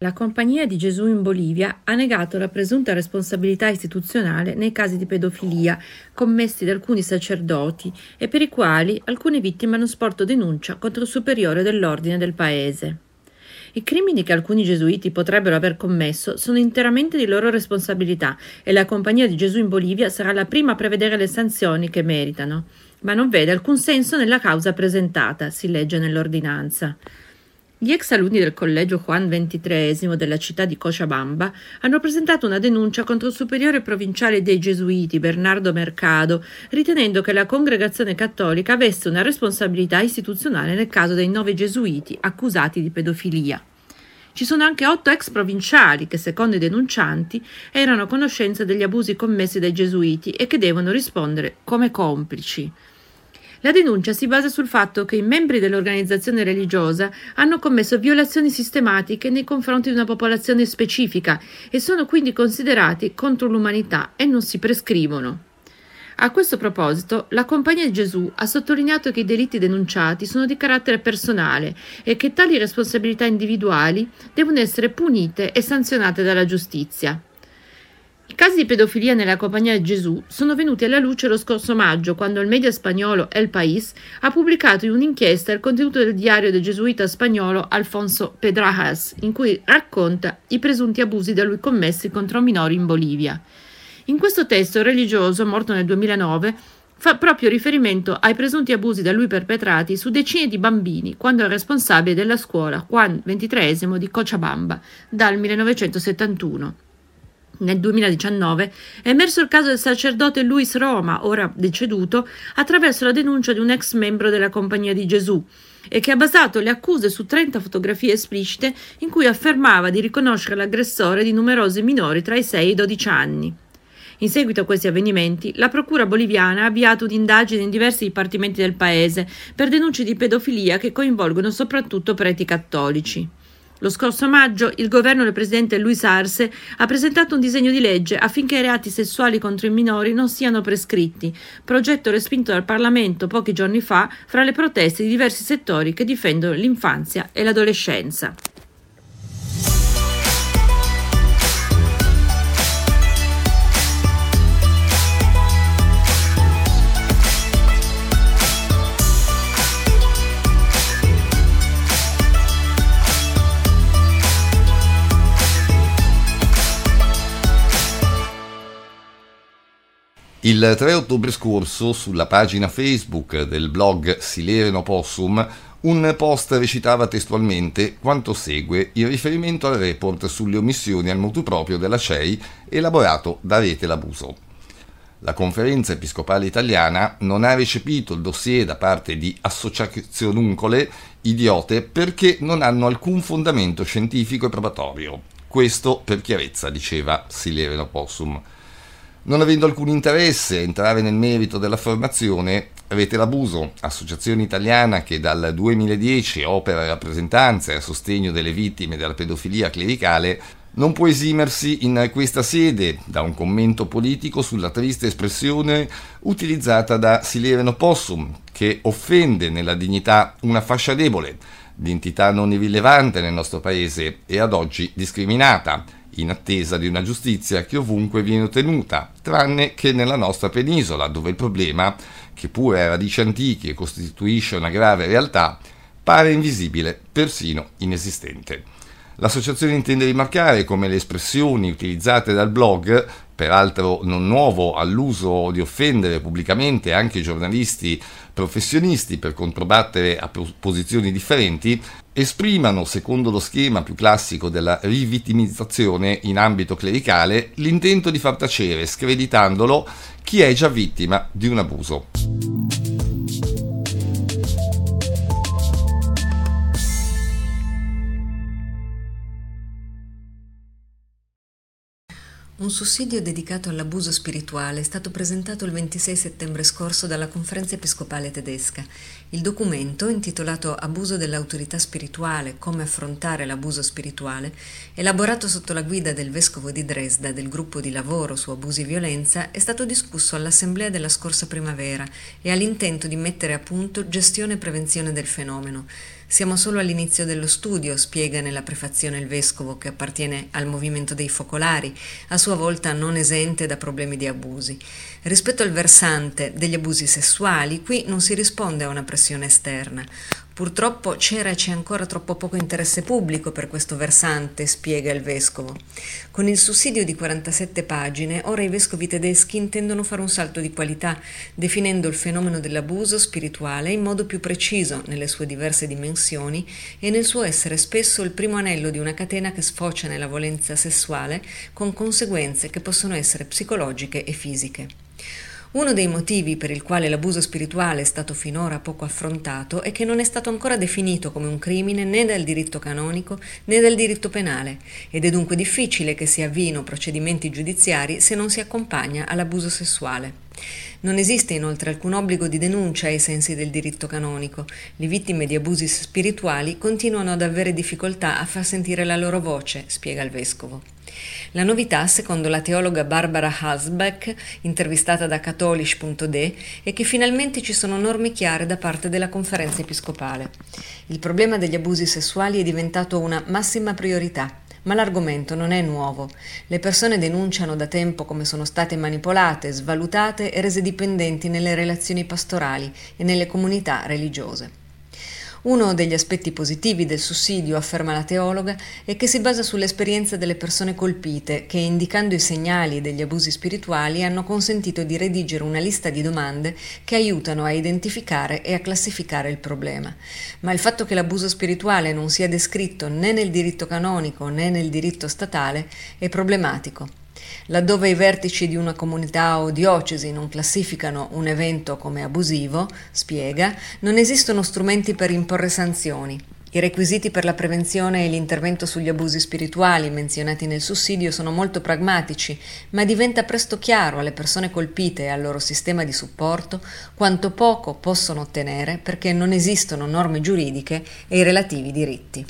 La Compagnia di Gesù in Bolivia ha negato la presunta responsabilità istituzionale nei casi di pedofilia commessi da alcuni sacerdoti e per i quali alcune vittime hanno sporto denuncia contro il superiore dell'ordine del paese. I crimini che alcuni gesuiti potrebbero aver commesso sono interamente di loro responsabilità e la Compagnia di Gesù in Bolivia sarà la prima a prevedere le sanzioni che meritano, ma non vede alcun senso nella causa presentata, si legge nell'ordinanza. Gli ex alunni del collegio Juan XXIII della città di Cochabamba hanno presentato una denuncia contro il superiore provinciale dei Gesuiti, Bernardo Mercado, ritenendo che la congregazione cattolica avesse una responsabilità istituzionale nel caso dei 9 gesuiti accusati di pedofilia. Ci sono anche 8 ex provinciali che, secondo i denuncianti, erano a conoscenza degli abusi commessi dai gesuiti e che devono rispondere come complici. La denuncia si basa sul fatto che i membri dell'organizzazione religiosa hanno commesso violazioni sistematiche nei confronti di una popolazione specifica e sono quindi considerati contro l'umanità e non si prescrivono. A questo proposito, la Compagnia di Gesù ha sottolineato che i delitti denunciati sono di carattere personale e che tali responsabilità individuali devono essere punite e sanzionate dalla giustizia. I casi di pedofilia nella Compagnia di Gesù sono venuti alla luce lo scorso maggio, quando il media spagnolo El País ha pubblicato in un'inchiesta il contenuto del diario del gesuita spagnolo Alfonso Pedrajas, in cui racconta i presunti abusi da lui commessi contro minori in Bolivia. In questo testo il religioso, morto nel 2009, fa proprio riferimento ai presunti abusi da lui perpetrati su decine di bambini quando era responsabile della scuola Juan XXIII di Cochabamba dal 1971. Nel 2019 è emerso il caso del sacerdote Luis Roma, ora deceduto, attraverso la denuncia di un ex membro della Compagnia di Gesù e che ha basato le accuse su 30 fotografie esplicite in cui affermava di riconoscere l'aggressore di numerosi minori tra i 6 e i 12 anni. In seguito a questi avvenimenti, la procura boliviana ha avviato un'indagine in diversi dipartimenti del paese per denunce di pedofilia che coinvolgono soprattutto preti cattolici. Lo scorso maggio il governo del presidente Luis Arce ha presentato un disegno di legge affinché i reati sessuali contro i minori non siano prescritti, progetto respinto dal Parlamento pochi giorni fa fra le proteste di diversi settori che difendono l'infanzia e l'adolescenza. Il 3 ottobre scorso, sulla pagina Facebook del blog Silereno Possum, un post recitava testualmente quanto segue in riferimento al report sulle omissioni al motu proprio della CEI elaborato da Rete L'Abuso. La Conferenza Episcopale Italiana non ha recepito il dossier da parte di associazionuncole idiote perché non hanno alcun fondamento scientifico e probatorio. Questo per chiarezza, diceva Silereno Possum. Non avendo alcun interesse a entrare nel merito dell'affermazione, Rete L'Abuso, associazione italiana che dal 2010 opera rappresentanza e a sostegno delle vittime della pedofilia clericale, non può esimersi in questa sede da un commento politico sulla triste espressione utilizzata da Silereno Possum, che offende nella dignità una fascia debole, di entità non irrilevante nel nostro paese e ad oggi discriminata, in attesa di una giustizia che ovunque viene ottenuta, tranne che nella nostra penisola, dove il problema, che pure ha radici antiche e costituisce una grave realtà, pare invisibile, persino inesistente. L'associazione intende rimarcare come le espressioni utilizzate dal blog, peraltro non nuovo all'uso di offendere pubblicamente anche giornalisti professionisti per controbattere a posizioni differenti, esprimano, secondo lo schema più classico della rivittimizzazione in ambito clericale, l'intento di far tacere, screditandolo, chi è già vittima di un abuso. Un sussidio dedicato all'abuso spirituale è stato presentato il 26 settembre scorso dalla Conferenza Episcopale Tedesca. Il documento, intitolato Abuso dell'autorità spirituale, come affrontare l'abuso spirituale, elaborato sotto la guida del vescovo di Dresda del gruppo di lavoro su abusi e violenza, è stato discusso all'assemblea della scorsa primavera e ha l'intento di mettere a punto gestione e prevenzione del fenomeno. Siamo solo all'inizio dello studio, spiega nella prefazione il vescovo, che appartiene al movimento dei focolari, a sua volta non esente da problemi di abusi. Rispetto al versante degli abusi sessuali, qui non si risponde a una pressione esterna. Purtroppo c'era e c'è ancora troppo poco interesse pubblico per questo versante, spiega il vescovo. Con il sussidio di 47 pagine, ora i vescovi tedeschi intendono fare un salto di qualità, definendo il fenomeno dell'abuso spirituale in modo più preciso nelle sue diverse dimensioni e nel suo essere spesso il primo anello di una catena che sfocia nella violenza sessuale, con conseguenze che possono essere psicologiche e fisiche. Uno dei motivi per il quale l'abuso spirituale è stato finora poco affrontato è che non è stato ancora definito come un crimine né dal diritto canonico né dal diritto penale, ed è dunque difficile che si avviino procedimenti giudiziari se non si accompagna all'abuso sessuale. Non esiste inoltre alcun obbligo di denuncia ai sensi del diritto canonico. Le vittime di abusi spirituali continuano ad avere difficoltà a far sentire la loro voce, spiega il vescovo. La novità, secondo la teologa Barbara Hasbeck, intervistata da Katholisch.de, è che finalmente ci sono norme chiare da parte della Conferenza Episcopale. Il problema degli abusi sessuali è diventato una massima priorità. Ma l'argomento non è nuovo. Le persone denunciano da tempo come sono state manipolate, svalutate e rese dipendenti nelle relazioni pastorali e nelle comunità religiose. Uno degli aspetti positivi del sussidio, afferma la teologa, è che si basa sull'esperienza delle persone colpite che, indicando i segnali degli abusi spirituali, hanno consentito di redigere una lista di domande che aiutano a identificare e a classificare il problema. Ma il fatto che l'abuso spirituale non sia descritto né nel diritto canonico né nel diritto statale è problematico. Laddove i vertici di una comunità o diocesi non classificano un evento come abusivo, spiega, non esistono strumenti per imporre sanzioni. I requisiti per la prevenzione e l'intervento sugli abusi spirituali menzionati nel sussidio sono molto pragmatici, ma diventa presto chiaro alle persone colpite e al loro sistema di supporto quanto poco possono ottenere perché non esistono norme giuridiche e i relativi diritti.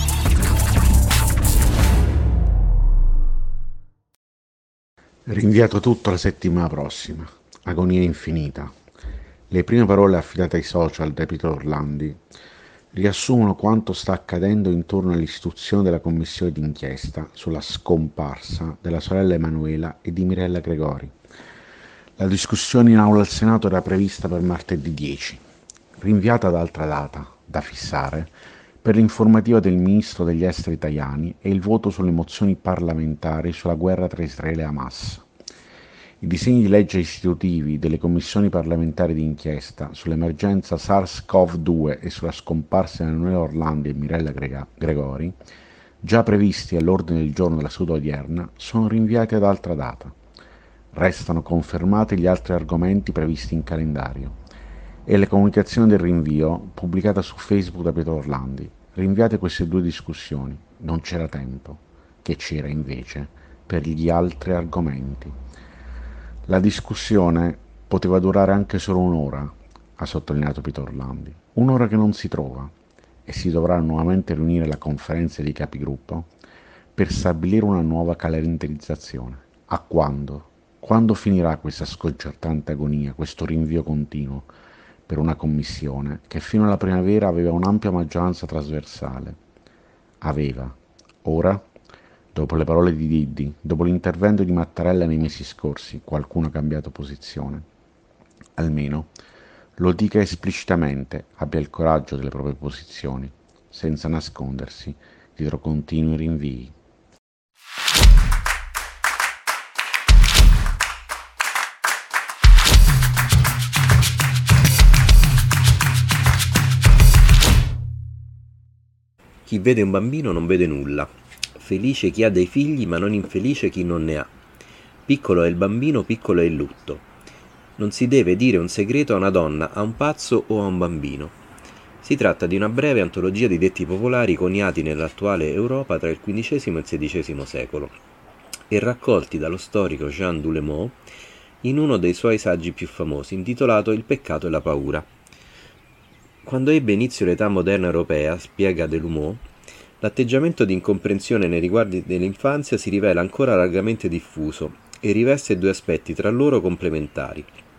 Rinviato tutto la settimana prossima. Agonia infinita. Le prime parole affidate ai social da Pietro Orlandi riassumono quanto sta accadendo intorno all'istituzione della commissione d'inchiesta sulla scomparsa della sorella Emanuela e di Mirella Gregori. La discussione in aula al Senato era prevista per martedì 10, rinviata ad altra data, da fissare, per l'informativa del ministro degli esteri Tajani e il voto sulle mozioni parlamentari sulla guerra tra Israele e Hamas. I disegni di legge istitutivi delle commissioni parlamentari di inchiesta sull'emergenza SARS-CoV-2 e sulla scomparsa di Emanuela Orlandi e Mirella Gregori, già previsti all'ordine del giorno della seduta odierna, sono rinviati ad altra data. Restano confermati gli altri argomenti previsti in calendario e le comunicazioni del rinvio pubblicata su Facebook da Pietro Orlandi. Rinviate queste due discussioni, non c'era tempo, che c'era invece per gli altri argomenti. La discussione poteva durare anche solo un'ora, ha sottolineato Pietro Orlandi, un'ora che non si trova, e si dovrà nuovamente riunire la conferenza dei capigruppo per stabilire una nuova calendarizzazione. A quando? Quando finirà questa sconcertante agonia, questo rinvio continuo per una commissione che fino alla primavera aveva un'ampia maggioranza trasversale? Ora, dopo le parole di Diddi, dopo l'intervento di Mattarella nei mesi scorsi, qualcuno ha cambiato posizione. Almeno lo dica esplicitamente, abbia il coraggio delle proprie posizioni, senza nascondersi dietro continui rinvii. Chi vede un bambino non vede nulla. Felice chi ha dei figli, ma non infelice chi non ne ha. Piccolo è il bambino, piccolo è il lutto. Non si deve dire un segreto a una donna, a un pazzo o a un bambino. Si tratta di una breve antologia di detti popolari coniati nell'attuale Europa tra il XV e il XVI secolo. e raccolti dallo storico Jean Doulemot in uno dei suoi saggi più famosi, intitolato Il peccato e la paura. Quando ebbe inizio l'età moderna europea, spiega Doulemot, l'atteggiamento di incomprensione nei riguardi dell'infanzia si rivela ancora largamente diffuso e riveste due aspetti tra loro complementari: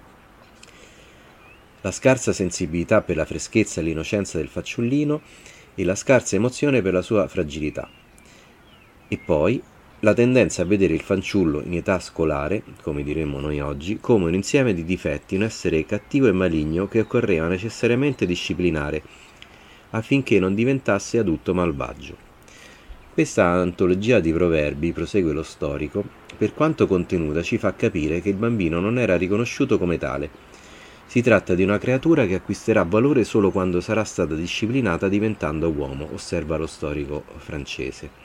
la scarsa sensibilità per la freschezza e l'innocenza del fanciullino e la scarsa emozione per la sua fragilità. E poi la tendenza a vedere il fanciullo in età scolare, come diremmo noi oggi, come un insieme di difetti, un essere cattivo e maligno che occorreva necessariamente disciplinare affinché non diventasse adulto malvagio. Questa antologia di proverbi, prosegue lo storico, per quanto contenuta ci fa capire che il bambino non era riconosciuto come tale. Si tratta di una creatura che acquisterà valore solo quando sarà stata disciplinata diventando uomo, osserva lo storico francese.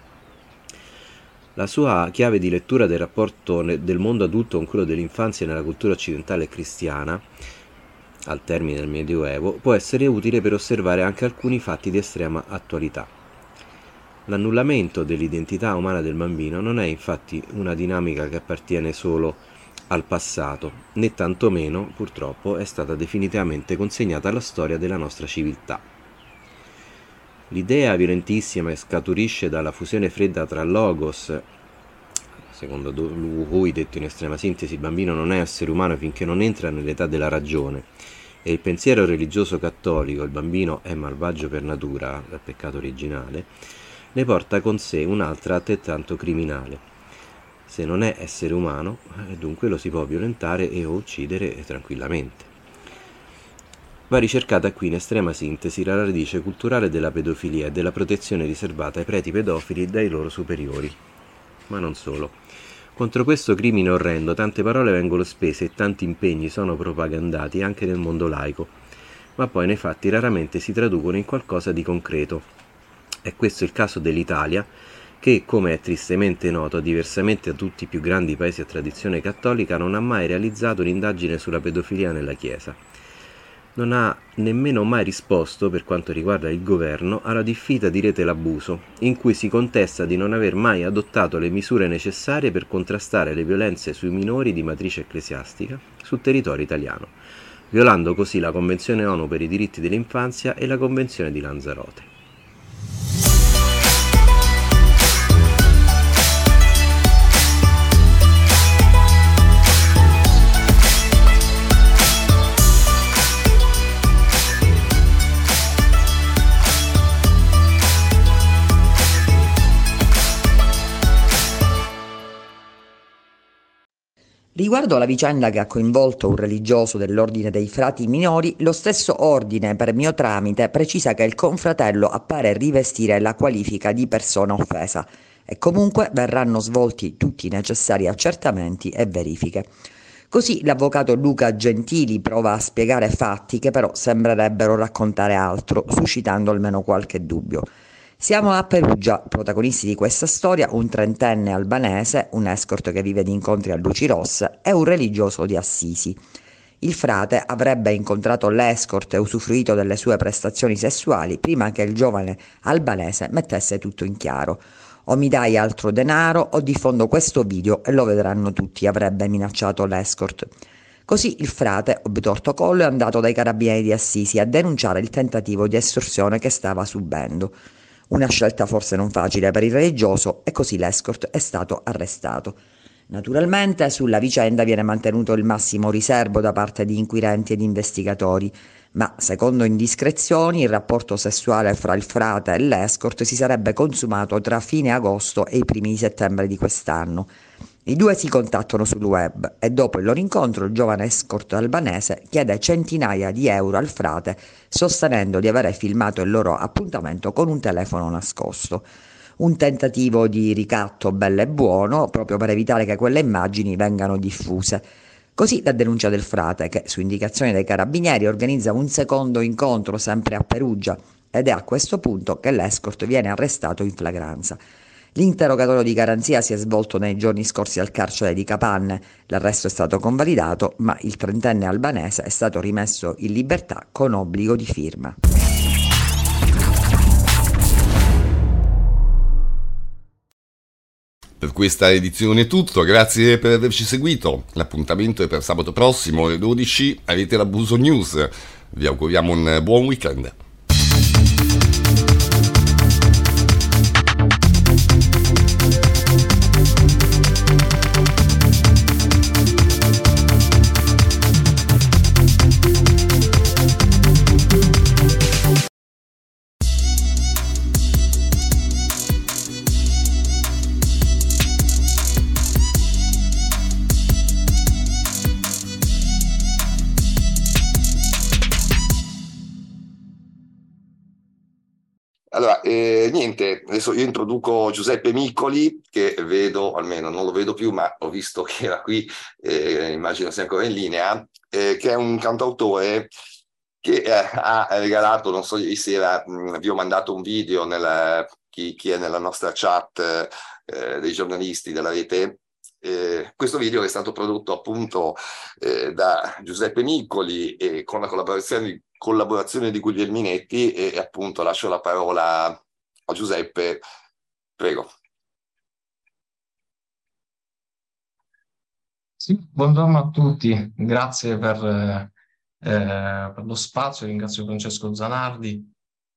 La sua chiave di lettura del rapporto del mondo adulto con quello dell'infanzia nella cultura occidentale e cristiana, al termine del Medioevo, può essere utile per osservare anche alcuni fatti di estrema attualità. L'annullamento dell'identità umana del bambino non è infatti una dinamica che appartiene solo al passato, né tantomeno, purtroppo, è stata definitivamente consegnata alla storia della nostra civiltà. L'idea violentissima che scaturisce dalla fusione fredda tra logos, secondo cui, detto in estrema sintesi, il bambino non è essere umano finché non entra nell'età della ragione, e il pensiero religioso cattolico, il bambino è malvagio per natura, dal peccato originale, ne porta con sé un'altra altrettanto criminale. Se non è essere umano, dunque lo si può violentare e o uccidere tranquillamente. Va ricercata qui in estrema sintesi la radice culturale della pedofilia e della protezione riservata ai preti pedofili dai loro superiori. Ma non solo. Contro questo crimine orrendo tante parole vengono spese e tanti impegni sono propagandati anche nel mondo laico, ma poi nei fatti raramente si traducono in qualcosa di concreto. È questo il caso dell'Italia, che, come è tristemente noto, diversamente da tutti i più grandi paesi a tradizione cattolica, non ha mai realizzato un'indagine sulla pedofilia nella Chiesa. Non ha nemmeno mai risposto, per quanto riguarda il governo, alla diffida di Rete l'Abuso, in cui si contesta di non aver mai adottato le misure necessarie per contrastare le violenze sui minori di matrice ecclesiastica sul territorio italiano, violando così la Convenzione ONU per i diritti dell'infanzia e la Convenzione di Lanzarote. Riguardo alla vicenda che ha coinvolto un religioso dell'ordine dei frati minori, lo stesso ordine, per mio tramite, precisa che il confratello appare rivestire la qualifica di persona offesa e comunque verranno svolti tutti i necessari accertamenti e verifiche. Così l'avvocato Luca Gentili prova a spiegare fatti che però sembrerebbero raccontare altro, suscitando almeno qualche dubbio. Siamo a Perugia, protagonisti di questa storia un trentenne albanese, un escort che vive di incontri a luci rosse e un religioso di Assisi. Il frate avrebbe incontrato l'escort e usufruito delle sue prestazioni sessuali prima che il giovane albanese mettesse tutto in chiaro. O mi dai altro denaro o diffondo questo video e lo vedranno tutti, avrebbe minacciato l'escort. Così il frate, obtorto collo, è andato dai carabinieri di Assisi a denunciare il tentativo di estorsione che stava subendo. Una scelta forse non facile per il religioso e così l'escort è stato arrestato. Naturalmente sulla vicenda viene mantenuto il massimo riserbo da parte di inquirenti ed investigatori, ma secondo indiscrezioni il rapporto sessuale fra il frate e l'escort si sarebbe consumato tra fine agosto e i primi di settembre di quest'anno. I due si contattano sul web e dopo il loro incontro il giovane escort albanese chiede centinaia di euro al frate, sostenendo di avere filmato il loro appuntamento con un telefono nascosto. Un tentativo di ricatto bello e buono, proprio per evitare che quelle immagini vengano diffuse. Così la denuncia del frate, che su indicazione dei carabinieri organizza un secondo incontro sempre a Perugia, ed è a questo punto che l'escort viene arrestato in flagranza. L'interrogatorio di garanzia si è svolto nei giorni scorsi al carcere di Capanne, l'arresto è stato convalidato, ma il trentenne albanese è stato rimesso in libertà con obbligo di firma. Per questa edizione è tutto, grazie per averci seguito. L'appuntamento è per sabato prossimo alle 12, avete l'Abuso News. Vi auguriamo un buon weekend. Allora, niente, adesso io introduco Giuseppe Miccoli, che vedo, almeno non lo vedo più, ma ho visto che era qui, immagino sia ancora in linea, che è un cantautore che ha regalato, non so, ieri sera vi ho mandato un video, chi è nella nostra chat dei giornalisti della rete. Questo video è stato prodotto appunto da Giuseppe Miccoli e con la collaborazione di Guglielminetti e appunto lascio la parola a Giuseppe, prego. Sì, buongiorno a tutti, grazie per lo spazio, ringrazio Francesco Zanardi.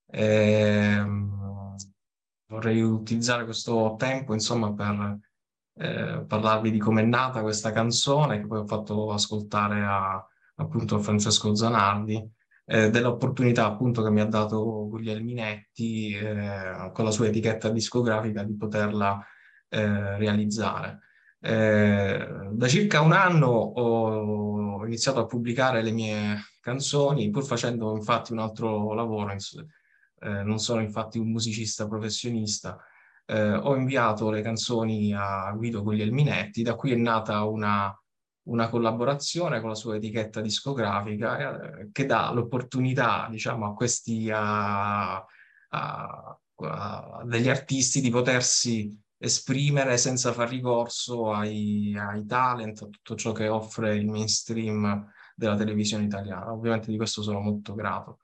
Vorrei utilizzare questo tempo, insomma, per parlarvi di come è nata questa canzone che poi ho fatto ascoltare appunto a Francesco Zanardi, dell'opportunità appunto che mi ha dato Guglielminetti con la sua etichetta discografica di poterla realizzare. Da circa un anno ho iniziato a pubblicare le mie canzoni, pur facendo infatti un altro lavoro, non sono infatti un musicista professionista. Ho inviato le canzoni a Guido Guglielminetti, da cui è nata una collaborazione con la sua etichetta discografica che dà l'opportunità, diciamo, a questi a degli artisti di potersi esprimere senza far ricorso ai talent, a tutto ciò che offre il mainstream della televisione italiana. Ovviamente di questo sono molto grato.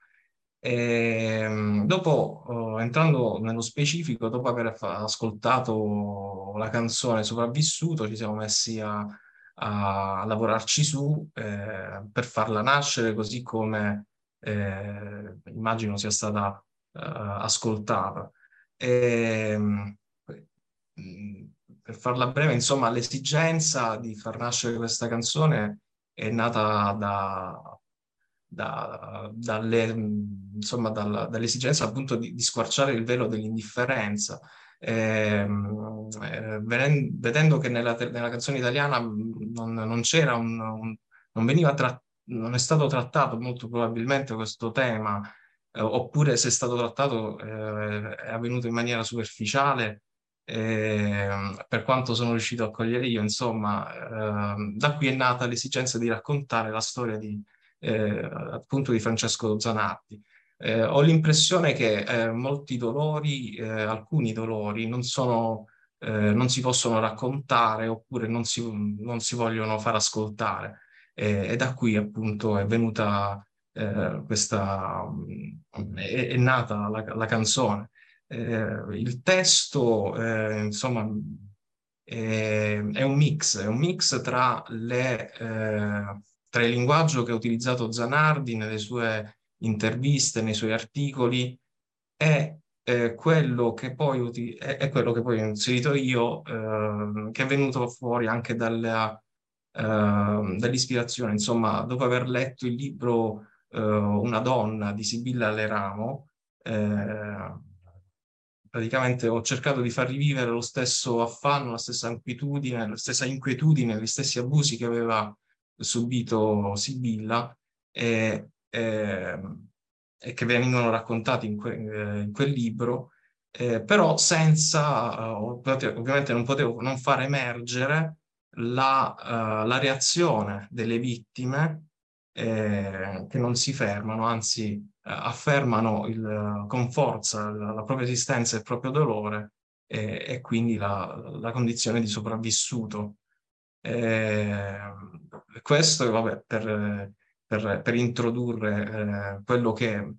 Dopo, entrando nello specifico, dopo aver ascoltato la canzone Sopravvissuto, ci siamo messi a lavorarci su per farla nascere così come immagino sia stata ascoltata. Per farla breve, insomma, l'esigenza di far nascere questa canzone è nata dall'esigenza appunto di squarciare il velo dell'indifferenza. Vedendo che nella canzone italiana non c'era non veniva non è stato trattato molto probabilmente questo tema, oppure se è stato trattato è avvenuto in maniera superficiale, per quanto sono riuscito a cogliere io, insomma, da qui è nata l'esigenza di raccontare la storia appunto di Francesco Zanardi. Ho l'impressione che molti dolori, alcuni dolori, non si possono raccontare oppure non si vogliono far ascoltare. E da qui appunto è venuta è nata la canzone. Il testo, insomma, è un mix tra il linguaggio che ha utilizzato Zanardi nelle sue interviste, nei suoi articoli, e quello che poi ho inserito io, che è venuto fuori anche dall'ispirazione. Insomma, dopo aver letto il libro Una donna di Sibilla Leramo, praticamente ho cercato di far rivivere lo stesso affanno, la stessa inquietudine, gli stessi abusi che aveva subito Sibilla e che vengono raccontati in quel libro, però senza, ovviamente non potevo non far emergere la reazione delle vittime, che non si fermano, anzi affermano con forza la propria esistenza e il proprio dolore e quindi la condizione di sopravvissuto. Questo, vabbè, per introdurre quello che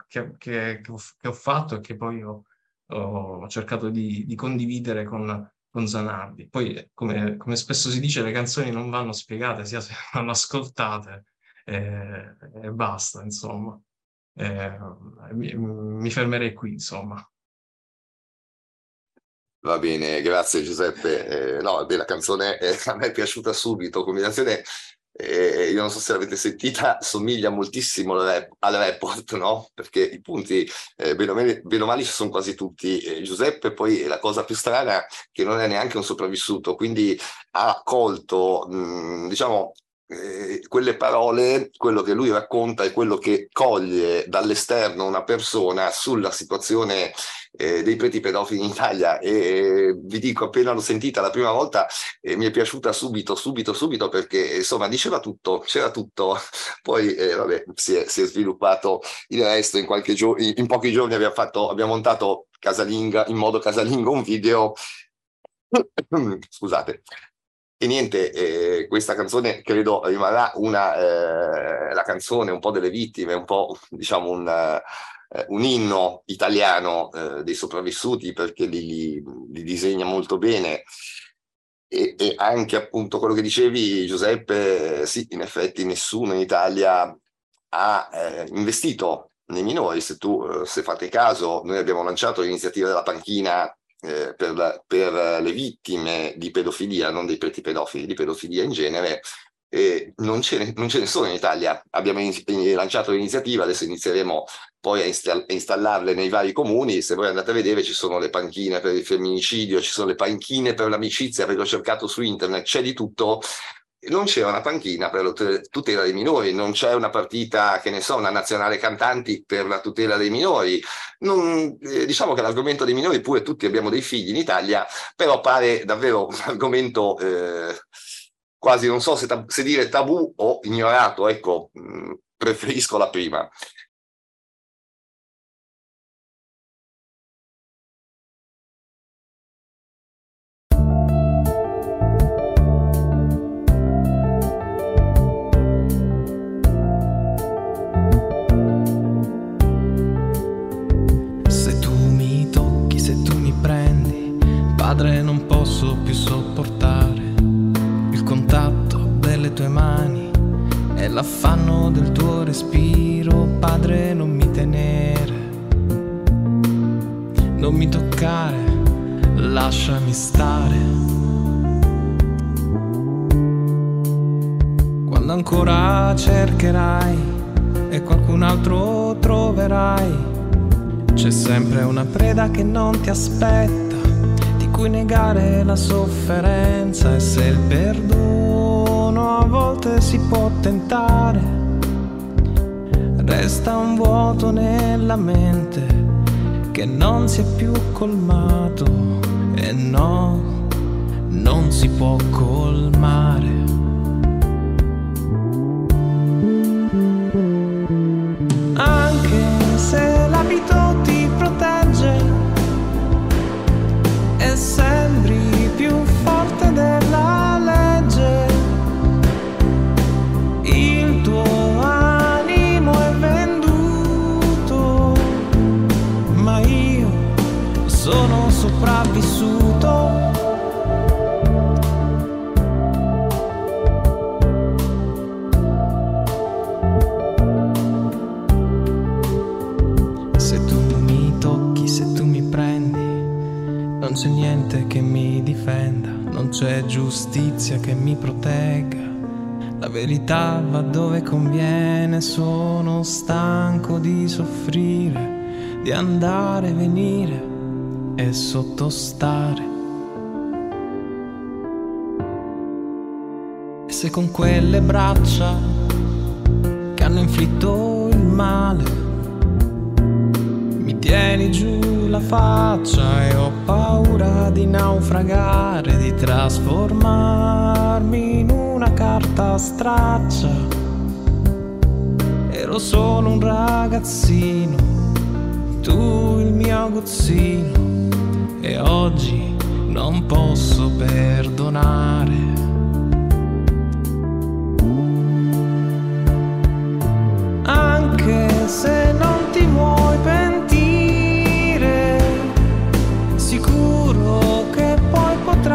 ho fatto e che poi ho cercato di condividere con con Zanardi. Poi, come spesso si dice, le canzoni non vanno spiegate, sia se vanno ascoltate e basta, insomma. Mi fermerei qui, insomma. Va bene, grazie Giuseppe. No, la canzone a me è piaciuta subito, combinazione, io non so se l'avete sentita, somiglia moltissimo al report, no? Perché i punti, bene o male, ci sono quasi tutti. Giuseppe poi la cosa più strana è che non è neanche un sopravvissuto, quindi ha colto, diciamo, quelle parole, quello che lui racconta e quello che coglie dall'esterno una persona sulla situazione dei preti pedofili in Italia, e vi dico, appena l'ho sentita la prima volta mi è piaciuta subito perché insomma diceva tutto, c'era tutto. Poi vabbè, si è sviluppato il resto. In pochi giorni abbiamo montato in modo casalingo un video scusate. E niente, questa canzone credo rimarrà la canzone un po' delle vittime, un po', diciamo, un inno italiano dei sopravvissuti, perché li disegna molto bene. E anche appunto quello che dicevi, Giuseppe, sì, in effetti nessuno in Italia ha investito nei minori. Se fate caso, noi abbiamo lanciato l'iniziativa della panchina per le vittime di pedofilia, non dei preti pedofili, di pedofilia in genere. Non ce ne sono in Italia. Abbiamo lanciato l'iniziativa, adesso inizieremo poi a installarle nei vari comuni. Se voi andate a vedere, ci sono le panchine per il femminicidio, ci sono le panchine per l'amicizia, perché ho cercato su internet, c'è di tutto. Non c'è una panchina per la tutela dei minori, non c'è una partita, che ne so, una nazionale cantanti per la tutela dei minori. Diciamo che l'argomento dei minori, pure tutti abbiamo dei figli in Italia, però pare davvero un argomento quasi, non so se dire tabù o ignorato. Ecco, preferisco la prima. Padre, non posso più sopportare il contatto delle tue mani e l'affanno del tuo respiro. Padre, non mi tenere, non mi toccare, lasciami stare. Quando ancora cercherai e qualcun altro troverai, c'è sempre una preda che non ti aspetta, cui negare la sofferenza. E se il perdono a volte si può tentare, resta un vuoto nella mente che non si è più colmato, e no, non si può colmare. Anche se l'abito ti protegge e sembri più forte della legge, il tuo animo è venduto, ma io sono sopravvissuto. Se tu mi tocchi, se tu mi prendi, non c'è niente che mi difenda, non c'è giustizia che mi protegga. La verità va dove conviene, sono stanco di soffrire, di andare e venire e sottostare. E se con quelle braccia che hanno inflitto il male mi tieni giù la faccia e ho paura di naufragare, di trasformarmi in una carta straccia. Ero solo un ragazzino, tu il mio aguzzino, e oggi non posso perdonare. Anche se non ti vuoi pentire, sicuro che poi potrai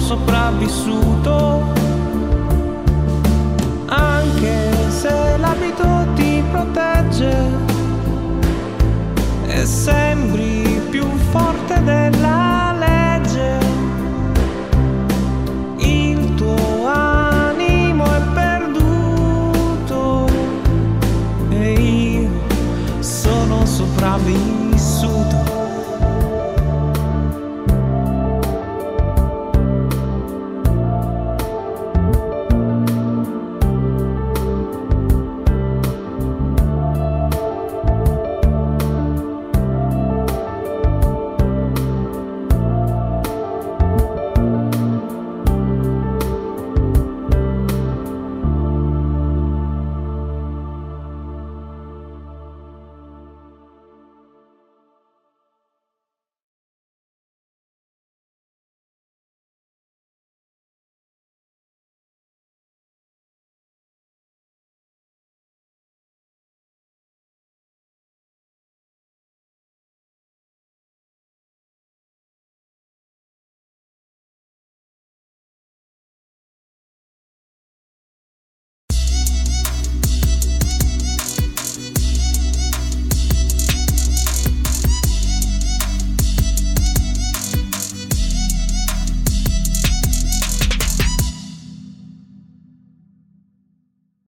sopravvissuto, anche se l'abito ti protegge e sembri più forte della